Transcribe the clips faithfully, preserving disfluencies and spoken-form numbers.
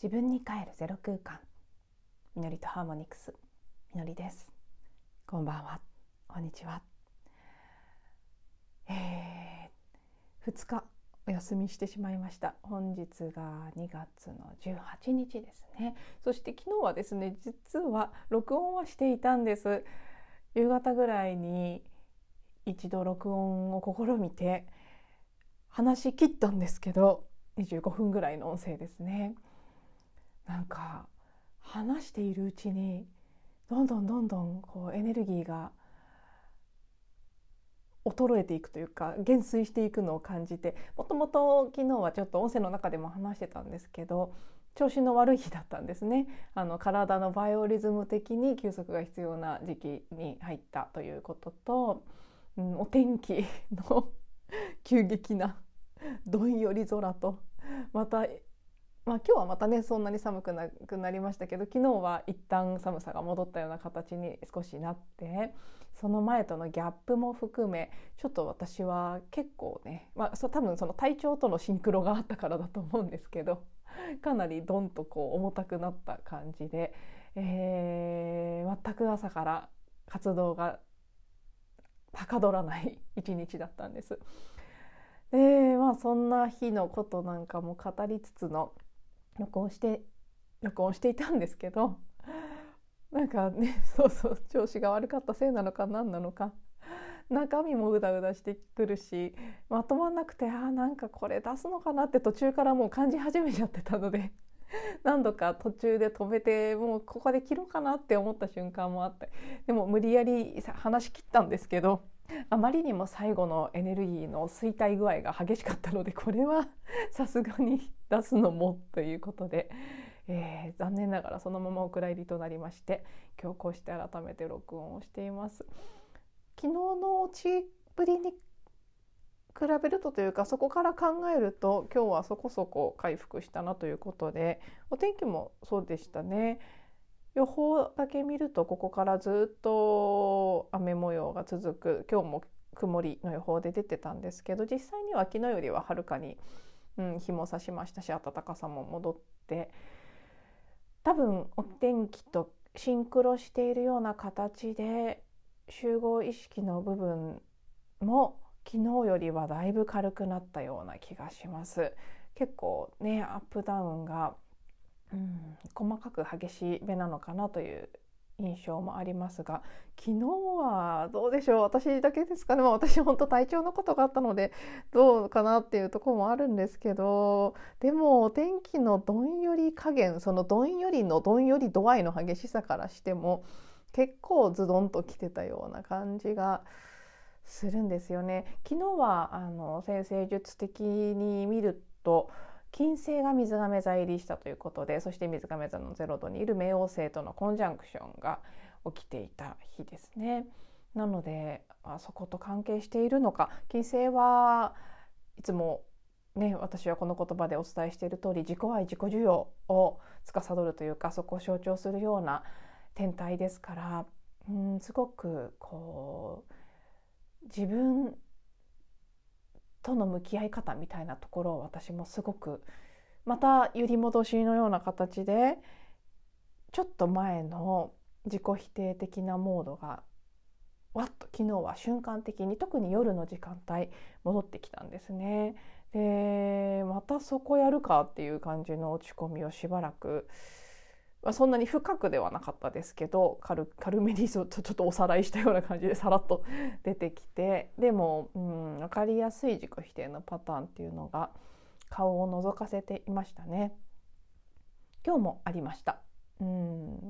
自分に帰るゼロ空間、みのりとハーモニクス、みのりです。こんばんは、こんにちは。えー、ふつかお休みしてしまいました。本日がにがつのじゅうはちにちですね。そして昨日はですね、実は録音はしていたんです。夕方ぐらいに一度録音を試みて話し切ったんですけど、にじゅうごふんぐらいの音声ですね。なんか話しているうちにどんどんどんどんこうエネルギーが衰えていくというか減衰していくのを感じて、もともと昨日はちょっと音声の中でも話してたんですけど、調子の悪い日だったんですね。あの体のバイオリズム的に休息が必要な時期に入ったということと、うん、お天気の急激などんより空と、またまあ、今日はまたねそんなに寒くなくなりましたけど、昨日は一旦寒さが戻ったような形に少しなって、その前とのギャップも含めちょっと私は結構ね、まあ、そ多分その体調とのシンクロがあったからだと思うんですけど、かなりドンとこう重たくなった感じで、えー、全く朝から活動がはかどらない一日だったんです。でまあそんな日のことなんかも語りつつの録音して録音していたんですけど、なんかね、そうそう調子が悪かったせいなのか何なのか、中身もうだうだしてくるし、まとまんなくて、あーなんかこれ出すのかなって途中からもう感じ始めちゃってたので何度か途中で止めて、もうここで切ろうかなって思った瞬間もあって、でも無理やり話し切ったんですけど、あまりにも最後のエネルギーの衰退具合が激しかったので、これはさすがに出すのもということで、えー、残念ながらそのままお蔵入りとなりまして、今日こうして改めて録音をしています。昨日の落ちぶりに比べるとというか、そこから考えると今日はそこそこ回復したなということで、お天気もそうでしたね。予報だけ見るとここからずっと雨模様が続く、今日も曇りの予報で出てたんですけど、実際には昨日よりははるかに、うん、日も差しましたし、暖かさも戻って、多分お天気とシンクロしているような形で集合意識の部分も昨日よりはだいぶ軽くなったような気がします。結構ねアップダウンが、うん、細かく激しめなのかなという印象もありますが、昨日はどうでしょう、私だけですかね。まあ、私本当体調のことがあったのでどうかなっていうところもあるんですけど、でもお天気のどんより加減、そのどんよりのどんより度合いの激しさからしても結構ズドンときてたような感じがするんですよね。昨日はあの占星術的に見ると金星が水亀座入りしたということで、そして水亀座のゼロ度にいる冥王星とのコンジャンクションが起きていた日ですね。なのであそこと関係しているのか、金星はいつもね、私はこの言葉でお伝えしている通り、自己愛自己需要を司るというか、そこを象徴するような天体ですから、うん、すごくこう自分との向き合い方みたいなところを私もすごくまた揺り戻しのような形で、ちょっと前の自己否定的なモードがわっと昨日は瞬間的に、特に夜の時間帯戻ってきたんですね。でまたそこやるかっていう感じの落ち込みをしばらく、まあ、そんなに深くではなかったですけど、軽軽めにちょっとおさらいしたような感じでさらっと出てきて、でも、うん、分かりやすい自己否定のパターンっていうのが顔を覗かせていましたね。今日もありました。うん、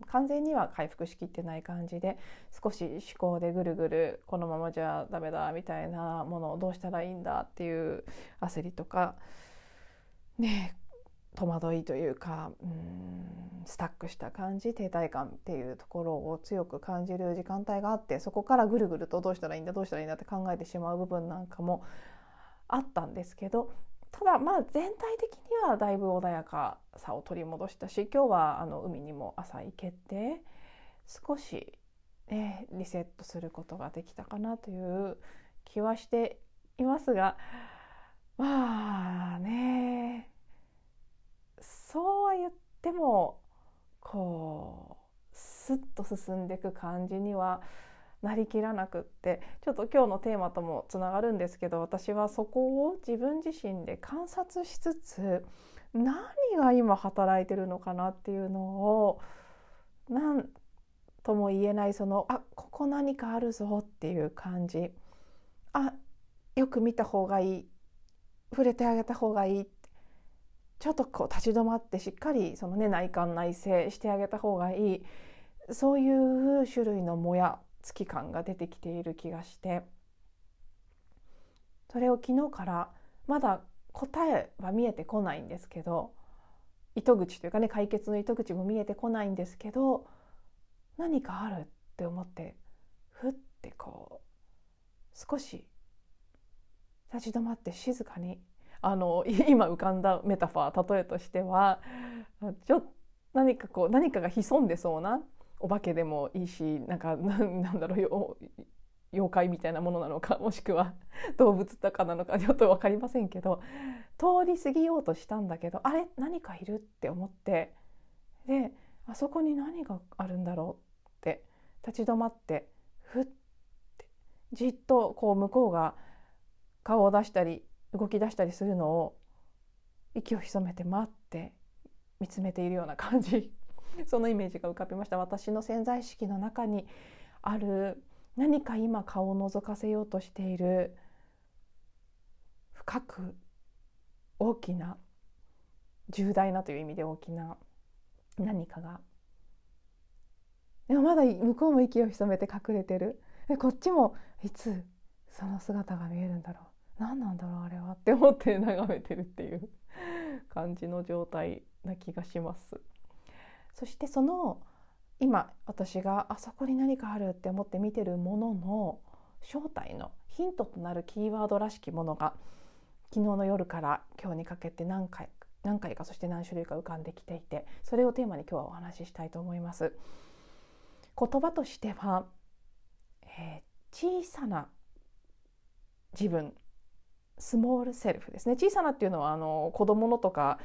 完全には回復しきってない感じで、少し思考でぐるぐるこのままじゃダメだみたいなものをどうしたらいいんだっていう焦りとかね、戸惑いというか、うーんスタックした感じ、停滞感っていうところを強く感じる時間帯があって、そこからぐるぐるとどうしたらいいんだどうしたらいいんだって考えてしまう部分なんかもあったんですけど、ただまあ全体的にはだいぶ穏やかさを取り戻したし、今日はあの海にも朝行けて少し、ね、リセットすることができたかなという気はしていますが、まあね、そうは言ってもこうスッと進んでいく感じにはなりきらなくって、ちょっと今日のテーマともつながるんですけど、私はそこを自分自身で観察しつつ、何が今働いてるのかなっていうのを何とも言えない、そのあここ何かあるぞっていう感じ、あよく見た方がいい、触れてあげた方がいい、ちょっとこう立ち止まってしっかりその、ね、内観内省してあげた方がいい、そういう種類のもやつき感が出てきている気がして、それを昨日からまだ答えは見えてこないんですけど、糸口というかね、解決の糸口も見えてこないんですけど、何かあるって思って、ふってこう少し立ち止まって静かに、あの今浮かんだメタファー、例えとしては、ちょっと何かこう何かが潜んでそうな、お化けでもいいし、なんかなんなんだろうよ、妖怪みたいなものなのか、もしくは動物とかなのかちょっと分かりませんけど、通り過ぎようとしたんだけど、あれ何かいるって思って、であそこに何があるんだろうって立ち止まって、ふってじっとこう向こうが顔を出したり動き出したりするのを息を潜めて待って見つめているような感じそのイメージが浮かびました。私の潜在意識の中にある何か今顔を覗かせようとしている深く大きな、重大なという意味で大きな何かが、でもまだ向こうも息を潜めて隠れてる、でこっちもいつその姿が見えるんだろう、何なんだろうあれはって思って眺めてるっていう感じの状態な気がします。そしてその今私があそこに何かあるって思って見てるものの正体のヒントとなるキーワードらしきものが昨日の夜から今日にかけて何回何回か、そして何種類か浮かんできていて、それをテーマに今日はお話ししたいと思います。言葉としては、えー、小さな自分、スモールセルフですね。小さなっていうのはあの子供のとか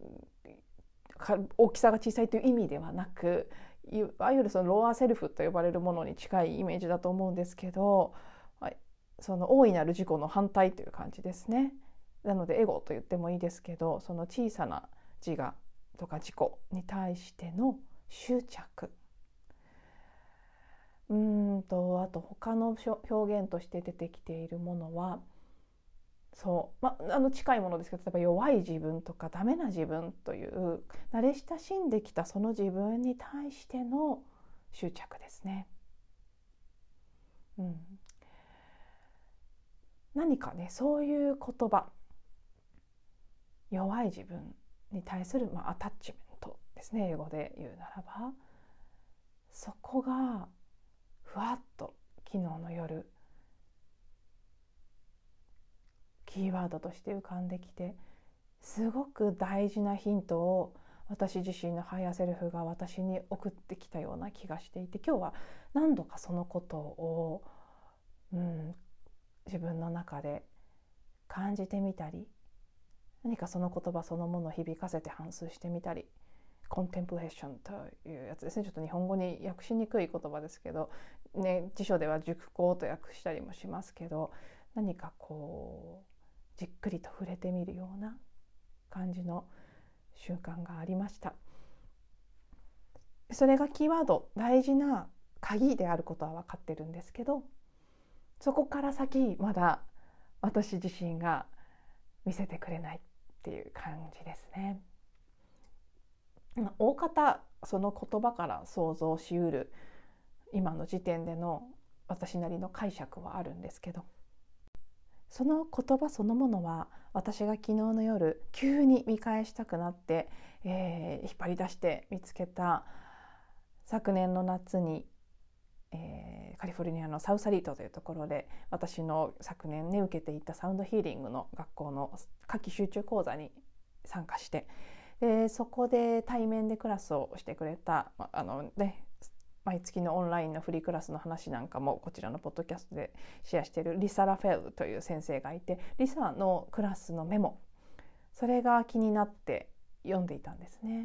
大きさが小さいという意味ではなく、いわゆるそのローアーセルフと呼ばれるものに近いイメージだと思うんですけど、はい、その大いなる自己の反対という感じですね。なのでエゴと言ってもいいですけど、その小さな自我とか自己に対しての執着、うーんとあと他の表現として出てきているものは、そう、ま、あの近いものですけど、例えば弱い自分とかダメな自分という慣れ親しんできたその自分に対しての執着ですね。うん、何かね、そういう言葉、弱い自分に対する、まあ、アタッチメントですね、英語で言うならば、そこがふわっと昨日の夜キーワードとして浮かんできて、すごく大事なヒントを私自身のハイヤーセルフが私に送ってきたような気がしていて、今日は何度かそのことを、うん、自分の中で感じてみたり、何かその言葉そのものを響かせて反芻してみたり、コンテンプレーションというやつですね。ちょっと日本語に訳しにくい言葉ですけど、ね、辞書では熟考と訳したりもしますけど、何かこうじっくりと触れてみるような感じの習慣がありました。それがキーワード、大事な鍵であることは分かってるんですけど、そこから先まだ私自身が見せてくれないっていう感じですね。大方その言葉から想像しうる今の時点での私なりの解釈はあるんですけど、その言葉そのものは私が昨日の夜急に見返したくなって、えー、引っ張り出して見つけた、昨年の夏に、えー、カリフォルニアのサウサリートというところで私の昨年ね受けていたサウンドヒーリングの学校の夏季集中講座に参加して、でそこで対面でクラスをしてくれた、あのね毎月のオンラインのフリークラスの話なんかもこちらのポッドキャストでシェアしているリサ・ラフェルという先生がいて、リサのクラスのメモ、それが気になって読んでいたんですね。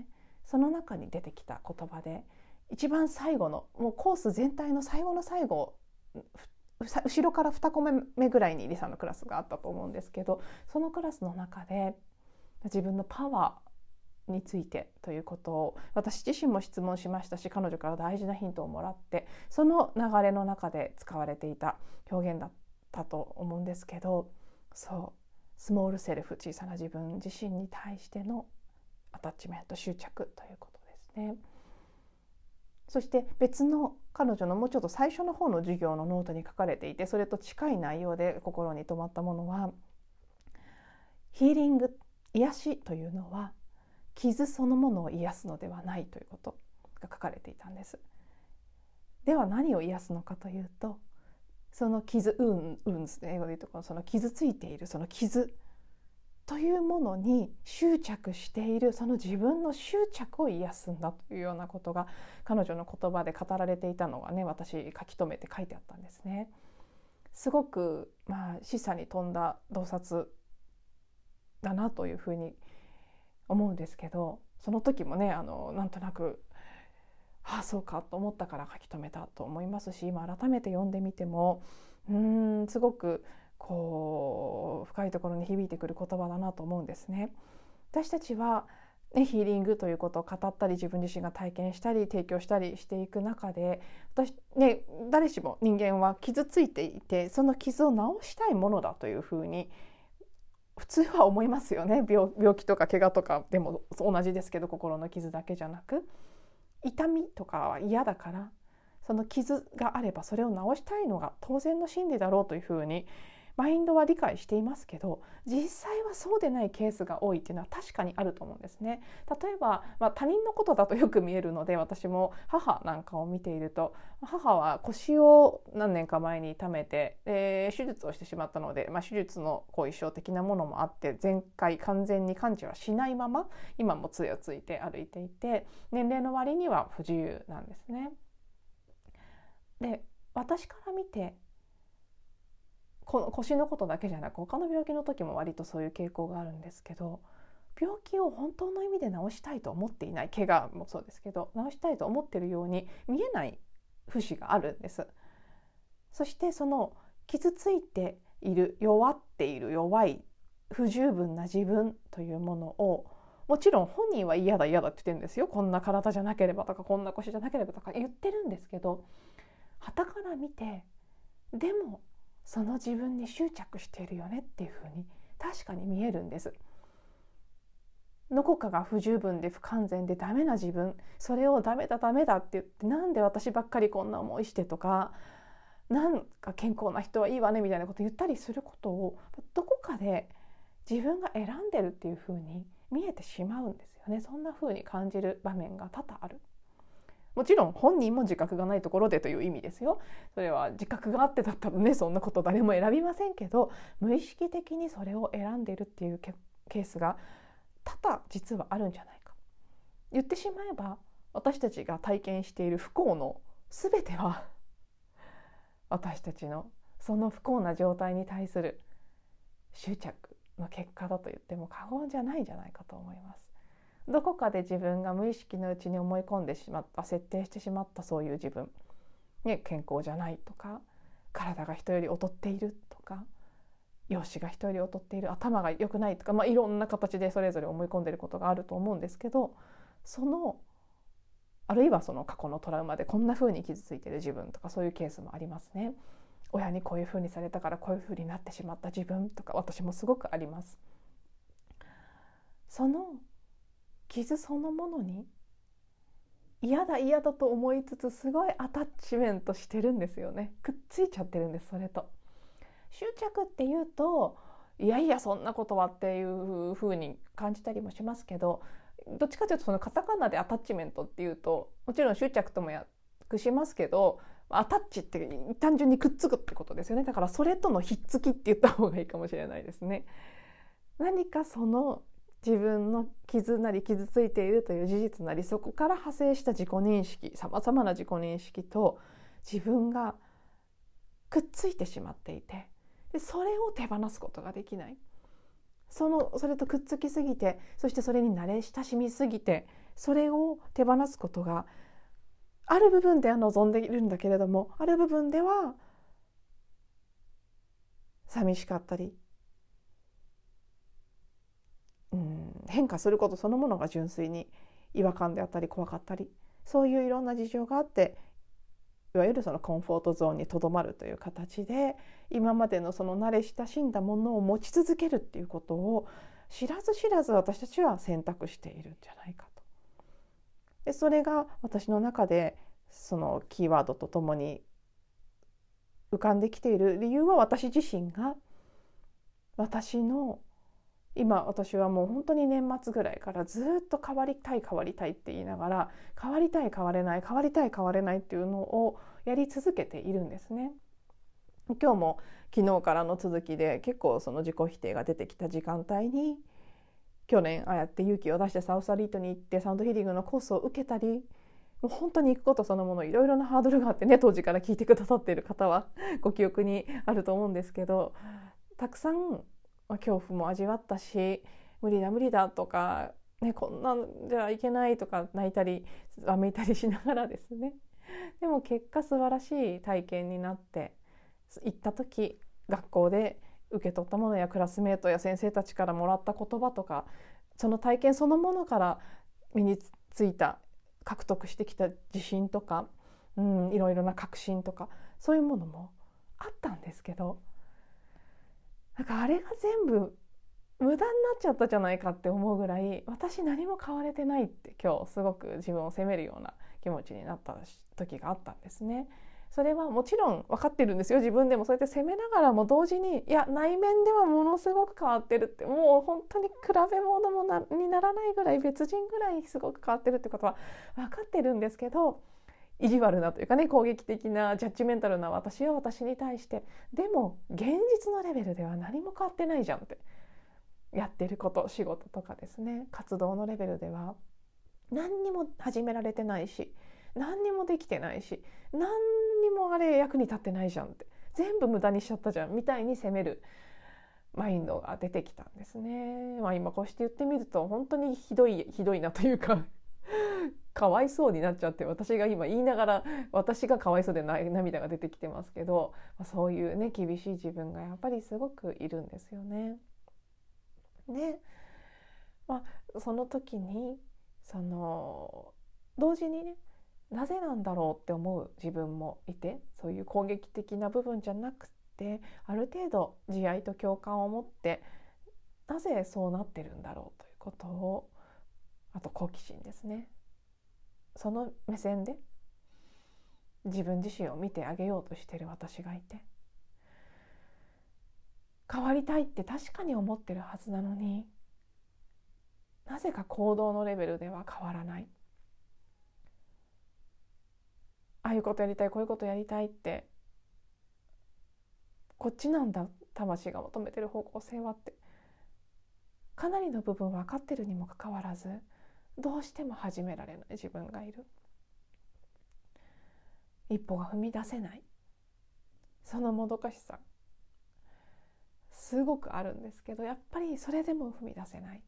その中に出てきた言葉で、一番最後のもうコース全体の最後の最後、後ろからにコマ目ぐらいにリサのクラスがあったと思うんですけど、そのクラスの中で自分のパワーについてということを私自身も質問しましたし、彼女から大事なヒントをもらって、その流れの中で使われていた表現だったと思うんですけど、そうスモールセルフ、小さな自分自身に対してのアタッチメント、執着ということですね。そして別の彼女のもうちょっと最初の方の授業のノートに書かれていて、それと近い内容で心に留まったものは、ヒーリング、癒しというのは傷そのものを癒すのではないということが書かれていたんです。では何を癒すのかというと、その傷、うんうんですね、英語で言うとこのその傷ついているその傷というものに執着しているその自分の執着を癒すんだというようなことが彼女の言葉で語られていたのがね、私書き留めて書いてあったんですね。すごくまあ示唆に富んだ洞察だなというふうに思うんですけど、その時もねあのなんとなくああそうかと思ったから書き留めたと思いますし、今改めて読んでみてもうーんすごくこう深いところに響いてくる言葉だなと思うんですね。私たちは、ね、ヒーリングということを語ったり、自分自身が体験したり提供したりしていく中で、私、ね、誰しも人間は傷ついていて、その傷を治したいものだというふうに普通は思いますよね。 病, 病気とか怪我とかでも同じですけど、心の傷だけじゃなく痛みとかは嫌だから、その傷があればそれを治したいのが当然の心理だろうというふうにマインドは理解していますけど、実際はそうでないケースが多いっていうのは確かにあると思うんですね。例えば、まあ、他人のことだとよく見えるので、私も母なんかを見ていると、母は腰を何年か前に痛めて、えー、手術をしてしまったので、まあ、手術の後遺症的なものもあって、全開完全に完治はしないまま今も杖をついて歩いていて、年齢の割には不自由なんですね。で、私から見てこの腰のことだけじゃなく他の病気の時も割とそういう傾向があるんですけど、病気を本当の意味で治したいと思っていない、怪我もそうですけど治したいと思っているように見えない節があるんです。そしてその傷ついている、弱っている、弱い、不十分な自分というものを、もちろん本人は嫌だ嫌だって言ってるんですよ。こんな体じゃなければとか、こんな腰じゃなければとか言ってるんですけど、傍から見てでもその自分に執着しているよねっていうふうに確かに見えるんです。どこかが不十分で不完全でダメな自分、それをダメだダメだって言って、なんで私ばっかりこんな思いしてとか、なんか健康な人はいいわねみたいなこと言ったりすることを、どこかで自分が選んでるっていうふうに見えてしまうんですよね。そんなふうに感じる場面が多々ある。もちろん本人も自覚がないところでという意味ですよ。それは自覚があってだったらね、そんなこと誰も選びませんけど、無意識的にそれを選んでいるっていうケースが多々実はあるんじゃないか。言ってしまえば、私たちが体験している不幸の全ては私たちのその不幸な状態に対する執着の結果だと言っても過言じゃないんじゃないかと思います。どこかで自分が無意識のうちに思い込んでしまった、設定してしまったそういう自分、ね、健康じゃないとか、体が人より劣っているとか、容姿が人より劣っている、頭が良くないとか、まあ、いろんな形でそれぞれ思い込んでいることがあると思うんですけど、そのあるいはその過去のトラウマでこんな風に傷ついている自分とか、そういうケースもありますね。親にこういう風にされたからこういう風になってしまった自分とか、私もすごくあります。その傷そのものに嫌だ嫌だと思いつつ、すごいアタッチメントしてるんですよね。くっついちゃってるんです。それと執着っていうと、いやいやそんなことはっていう風に感じたりもしますけど、どっちかというとそのカタカナでアタッチメントっていうと、もちろん執着とも訳しますけど、アタッチって単純にくっつくってことですよね。だからそれとのひっつきって言った方がいいかもしれないですね。何かその自分の傷なり傷ついているという事実なり、そこから派生した自己認識、さまざまな自己認識と自分がくっついてしまっていて、でそれを手放すことができない。そのそれとくっつきすぎて、そしてそれに慣れ親しみすぎて、 それを手放すことがある部分では望んでいるんだけれども、ある部分では寂しかったり、うん、変化することそのものが純粋に違和感であったり怖かったり、そういういろんな事情があって、いわゆるそのコンフォートゾーンにとどまるという形で、今までのその慣れ親しんだものを持ち続けるっていうことを知らず知らず私たちは選択しているんじゃないかと。でそれが私の中でそのキーワードとともに浮かんできている理由は、私自身が私の今、私はもう本当に年末ぐらいからずっと変わりたい変わりたいって言いながら、変わりたい変われない変わりたい変われないっていうのをやり続けているんですね。今日も昨日からの続きで結構その自己否定が出てきた時間帯に、去年ああやって勇気を出してサウスアリートに行ってサウンドヒーリングのコースを受けたり、もう本当に行くことそのものいろいろなハードルがあってね、当時から聞いてくださっている方はご記憶にあると思うんですけど、たくさん恐怖も味わったし、無理だ無理だとか、ね、こんなんじゃいけないとか泣いたりわめいたりしながらですね、でも結果素晴らしい体験になって、行った時学校で受け取ったものやクラスメートや先生たちからもらった言葉とか、その体験そのものから身についた獲得してきた自信とか、うん、いろいろな確信とか、そういうものもあったんですけど、なんかあれが全部無駄になっちゃったじゃないかって思うぐらい、私何も変われてないって今日すごく自分を責めるような気持ちになった時があったんですね。それはもちろん分かってるんですよ。自分でもそうやって責めながらも同時に、いや内面ではものすごく変わってるって、もう本当に比べ物もなにならないぐらい、別人ぐらいすごく変わってるってことは分かってるんですけど、意地悪なというかね、攻撃的なジャッジメンタルな私は私に対して、でも現実のレベルでは何も変わってないじゃんって、やってること、仕事とかですね、活動のレベルでは何にも始められてないし、何にもできてないし、何にもあれ役に立ってないじゃんって、全部無駄にしちゃったじゃんみたいに責めるマインドが出てきたんですね。まあ、今こうして言ってみると本当にひどいひどいなというかかわいそうになっちゃって、私が今言いながら私がかわいそうで涙が出てきてますけど、そういうね厳しい自分がやっぱりすごくいるんですよね。で、まあ、その時にその同時にね、なぜなんだろうって思う自分もいて、そういう攻撃的な部分じゃなくて、ある程度慈愛と共感を持って、なぜそうなってるんだろうということを、あと好奇心ですね、その目線で自分自身を見てあげようとしている私がいて、変わりたいって確かに思ってるはずなのに、なぜか行動のレベルでは変わらない。ああいうことやりたい、こういうことやりたいって、こっちなんだ魂が求めてる方向性はってかなりの部分分かってるにもかかわらず、どうしても始められない自分がいる。一歩が踏み出せない、そのもどかしさすごくあるんですけど、やっぱりそれでも踏み出せない。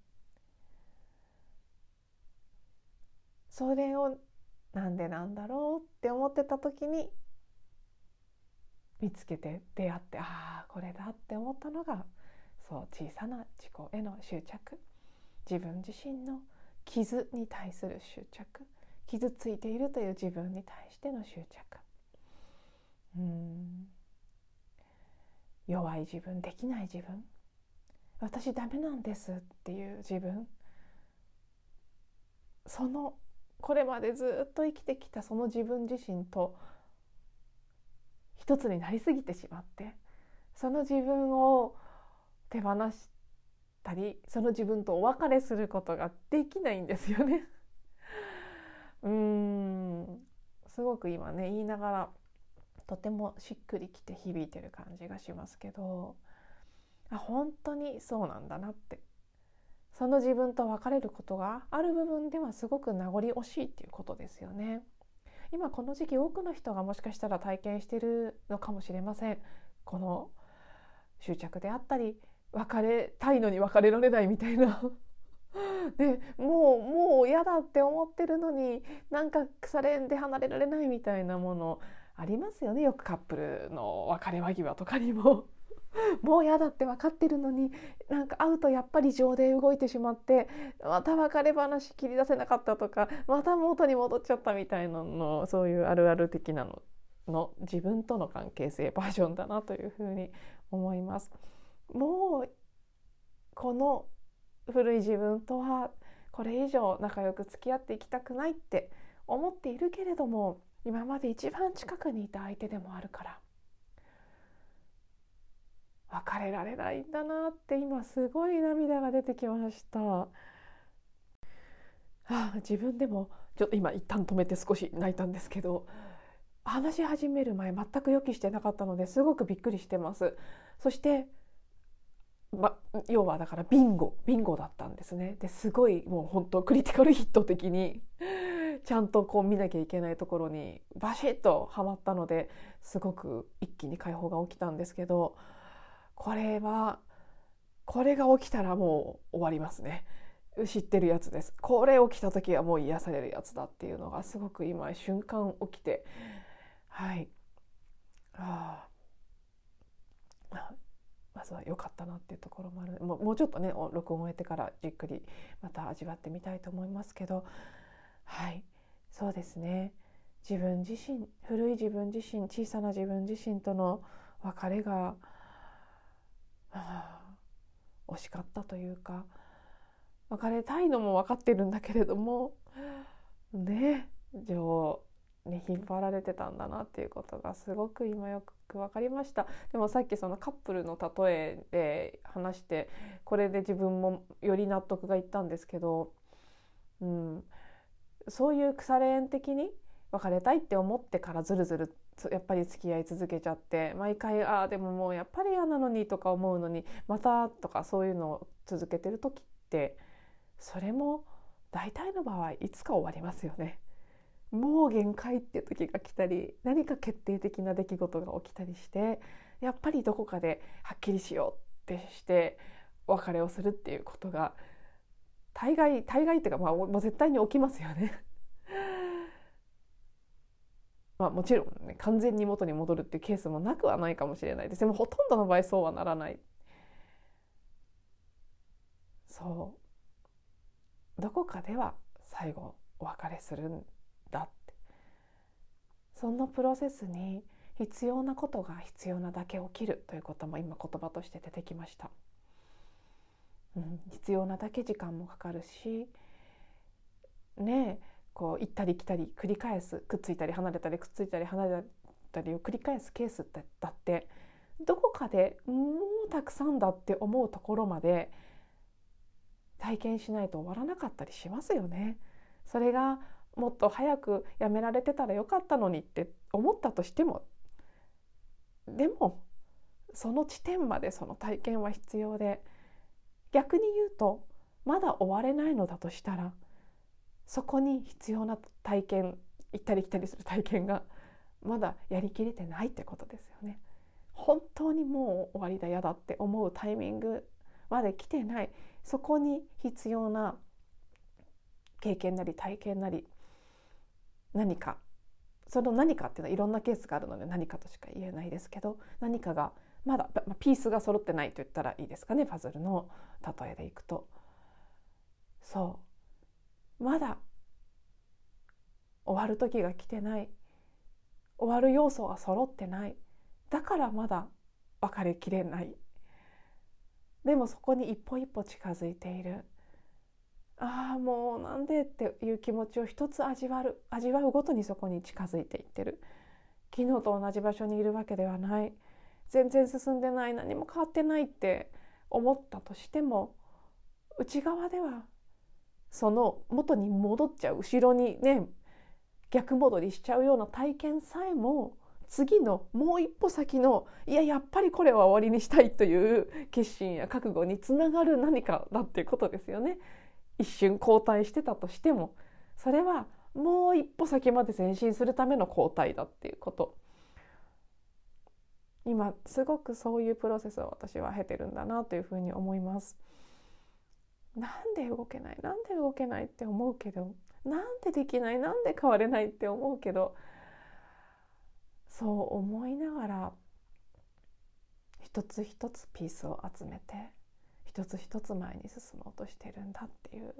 それをなんでなんだろうって思ってた時に見つけて出会って、ああこれだって思ったのが、そう小さな自己への執着、自分自身の傷に対する執着、傷ついているという自分に対しての執着、うーん弱い自分、できない自分、私ダメなんですっていう自分、そのこれまでずっと生きてきたその自分自身と一つになりすぎてしまって、その自分を手放したり、その自分とお別れすることができないんですよねうーんすごく今ね言いながらとてもしっくりきて響いてる感じがしますけど、あ本当にそうなんだなって、その自分と別れることがある部分ではすごく名残惜しいっていうことですよね。今この時期多くの人がもしかしたら体験しているのかもしれません。この執着であったり、別れたいのに別れられないみたいなでもうもう嫌だって思ってるのになんか腐れんで離れられないみたいなものありますよね。よくカップルの別れ間際とかにももう嫌だって分かってるのになんか会うとやっぱり情で動いてしまってまた別れ話切り出せなかったとかまた元に戻っちゃったみたいなのそういうあるある的なのの自分との関係性バージョンだなというふうに思います。もうこの古い自分とはこれ以上仲良く付き合っていきたくないって思っているけれども今まで一番近くにいた相手でもあるから別れられないんだなって今すごい涙が出てきました。はあ、自分でもちょっと今一旦止めて少し泣いたんですけど話し始める前全く予期してなかったのですごくびっくりしてます。そしてま、要はだからビンゴビンゴだったんですね。ですごいもう本当クリティカルヒット的にちゃんとこう見なきゃいけないところにバシッとはまったのですごく一気に解放が起きたんですけどこれはこれが起きたらもう終わりますね。知ってるやつです。これ起きた時はもう癒されるやつだっていうのがすごく今瞬間起きてはいああまずは良かったなっていうところもある。もう、もうちょっとね録音を終えてからじっくりまた味わってみたいと思いますけどはいそうですね。自分自身古い自分自身小さな自分自身との別れが、はあ、惜しかったというか別れたいのも分かってるんだけれどもね情に引っ張られてたんだなっていうことがすごく今よく分かりました。でもさっきそのカップルの例えで話してこれで自分もより納得がいったんですけど、うん、そういう腐れ縁的に別れたいって思ってからずるずるやっぱり付き合い続けちゃって毎回ああでももうやっぱり嫌なのにとか思うのにまたとかそういうのを続けてる時ってそれも大体の場合いつか終わりますよね。もう限界って時が来たり何か決定的な出来事が起きたりしてやっぱりどこかではっきりしようってしてお別れをするっていうことが大概大概っていうか、まあ、もう絶対に起きますよね。まあ、もちろん、ね、完全に元に戻るっていうケースもなくはないかもしれないです。でもほとんどの場合そうはならない。そうどこかでは最後お別れするんだってそのプロセスに必要なことが必要なだけ起きるということも今言葉として出てきました、うん、必要なだけ時間もかかるしねえこう行ったり来たり繰り返すくっついたり離れたりくっついたり離れたりを繰り返すケースってだってどこかでもうたくさんだって思うところまで体験しないと終わらなかったりしますよね。それがもっと早くやめられてたらよかったのにって思ったとしてもでもその地点までその体験は必要で逆に言うとまだ終われないのだとしたらそこに必要な体験行ったり来たりする体験がまだやりきれてないってことですよね。本当にもう終わりだ嫌だって思うタイミングまで来てないそこに必要な経験なり体験なり何かその何かっていうのはいろんなケースがあるので何かとしか言えないですけど何かがまだピースが揃ってないと言ったらいいですかねパズルの例えでいくとそうまだ終わる時が来てない終わる要素が揃ってないだからまだ別れきれないでもそこに一歩一歩近づいているああもうなんでっていう気持ちを一つ味わう味わうごとにそこに近づいていってる昨日と同じ場所にいるわけではない全然進んでない何も変わってないって思ったとしても内側ではその元に戻っちゃう後ろにね逆戻りしちゃうような体験さえも次のもう一歩先のいややっぱりこれは終わりにしたいという決心や覚悟につながる何かだっていうことですよね。一瞬後退してたとしてもそれはもう一歩先まで前進するための後退だっていうこと今すごくそういうプロセスを私は経てるんだなというふうに思います。 なんで動けないなんで動けないって思うけど、なんでできないなんで変われないって思うけど、そう思いながら一つ一つピースを集めて一つ一つ前に進もうとしてるんだっていう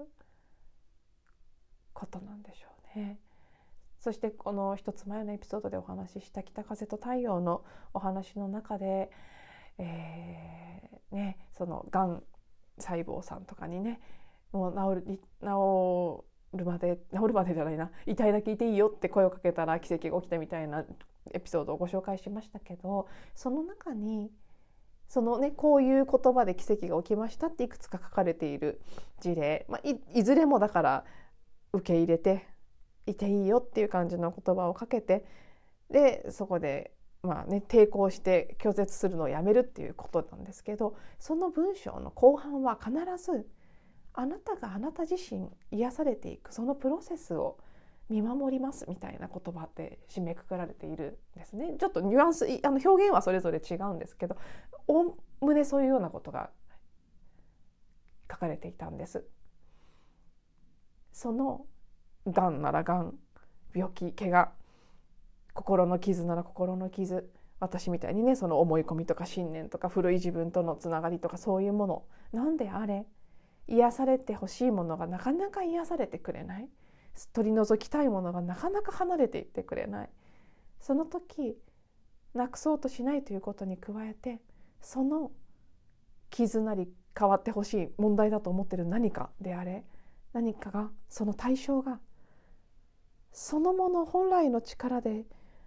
ことなんでしょうね。そしてこの一つ前のエピソードでお話しした北風と太陽のお話の中で、えーね、そのがん細胞さんとかにね、もう治る、治るまで治るまでじゃないな痛いだけいていいよって声をかけたら奇跡が起きたみたいなエピソードをご紹介しましたけど、その中にそのね、こういう言葉で奇跡が起きましたっていくつか書かれている事例、まあ、い, いずれもだから受け入れていていいよっていう感じの言葉をかけて、でそこで、まあね、抵抗して拒絶するのをやめるっていうことなんですけど、その文章の後半は必ずあなたがあなた自身癒されていくそのプロセスを見守りますみたいな言葉で締めくくられているんですね。ちょっとニュアンス、あの表現はそれぞれ違うんですけど、おおむねそういうようなことが書かれていたんです。そのがんならがん、病気、怪我、心の傷なら心の傷、私みたいにね、その思い込みとか信念とか古い自分とのつながりとかそういうもの、なんであれ癒されてほしいものがなかなか癒されてくれない、取り除きたいものがなかなか離れていってくれない、その時なくそうとしないということに加えて、その傷なり変わってほしい問題だと思っている何かであれ、何かがその対象がそのもの本来の力で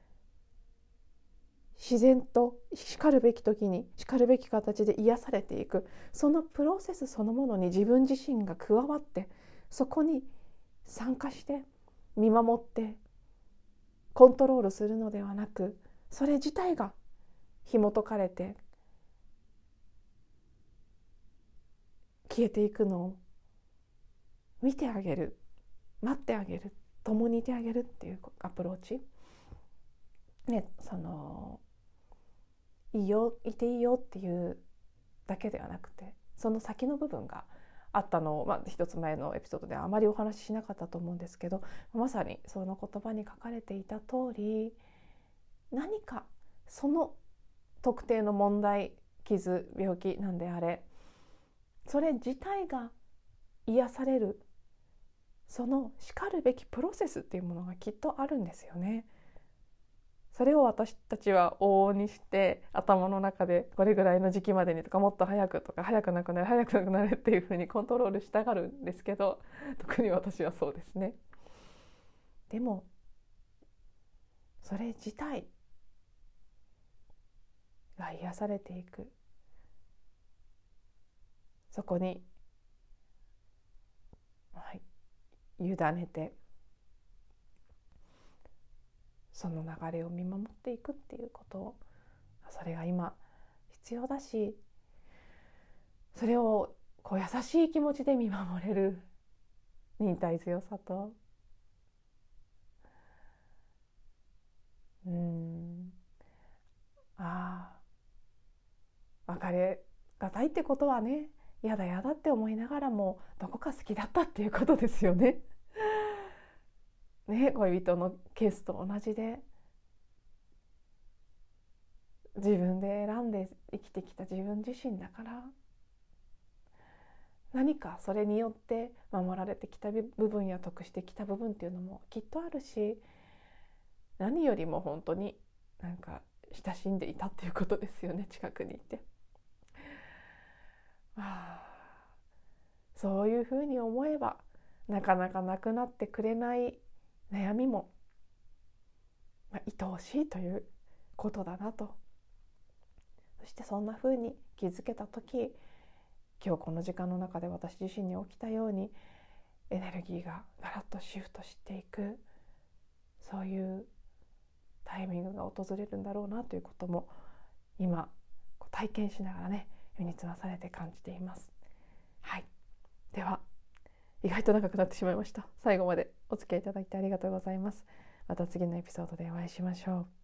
自然としかるべき時にしかるべき形で癒されていく、そのプロセスそのものに自分自身が加わって、そこに参加して見守ってコントロールするのではなく、それ自体が紐解かれて消えていくのを見てあげる、待ってあげる、共にいてあげるっていうアプローチ、ね、そのいいよ、いていいよっていうだけではなくて、その先の部分があったのを、まあ、一つ前のエピソードではあまりお話ししなかったと思うんですけど、まさにその言葉に書かれていた通り、何かその特定の問題、傷、病気なんであれ、それ自体が癒される、そのしかるべきプロセスっていうものがきっとあるんですよね。それを私たちは往々にして頭の中でこれぐらいの時期までにとか、もっと早くとか、早くなくなる早くなくなるっていうふうにコントロールしたがるんですけど、特に私はそうですね。でもそれ自体が癒されていく、そこに、はい、委ねてその流れを見守っていくっていうことを、それが今必要だし、それをこう優しい気持ちで見守れる忍耐強さと、うーんああ別れがたいってことはね、やだやだって思いながらもどこか好きだったっていうことですよね。ね、恋人のケースと同じで、自分で選んで生きてきた自分自身だから、何かそれによって守られてきた部分や得してきた部分っていうのもきっとあるし、何よりも本当になんか親しんでいたっていうことですよね、近くにいて。ああ、そういうふうに思えばなかなかなくなってくれない悩みも、まあ、愛おしいということだなと。そしてそんなふうに気づけた時、今日この時間の中で私自身に起きたようにエネルギーがガラッとシフトしていく、そういうタイミングが訪れるんだろうなということも今体験しながらね、身につまされて感じています。はい、では意外と長くなってしまいました。最後までお付き合いいただいてありがとうございます。また次のエピソードでお会いしましょう。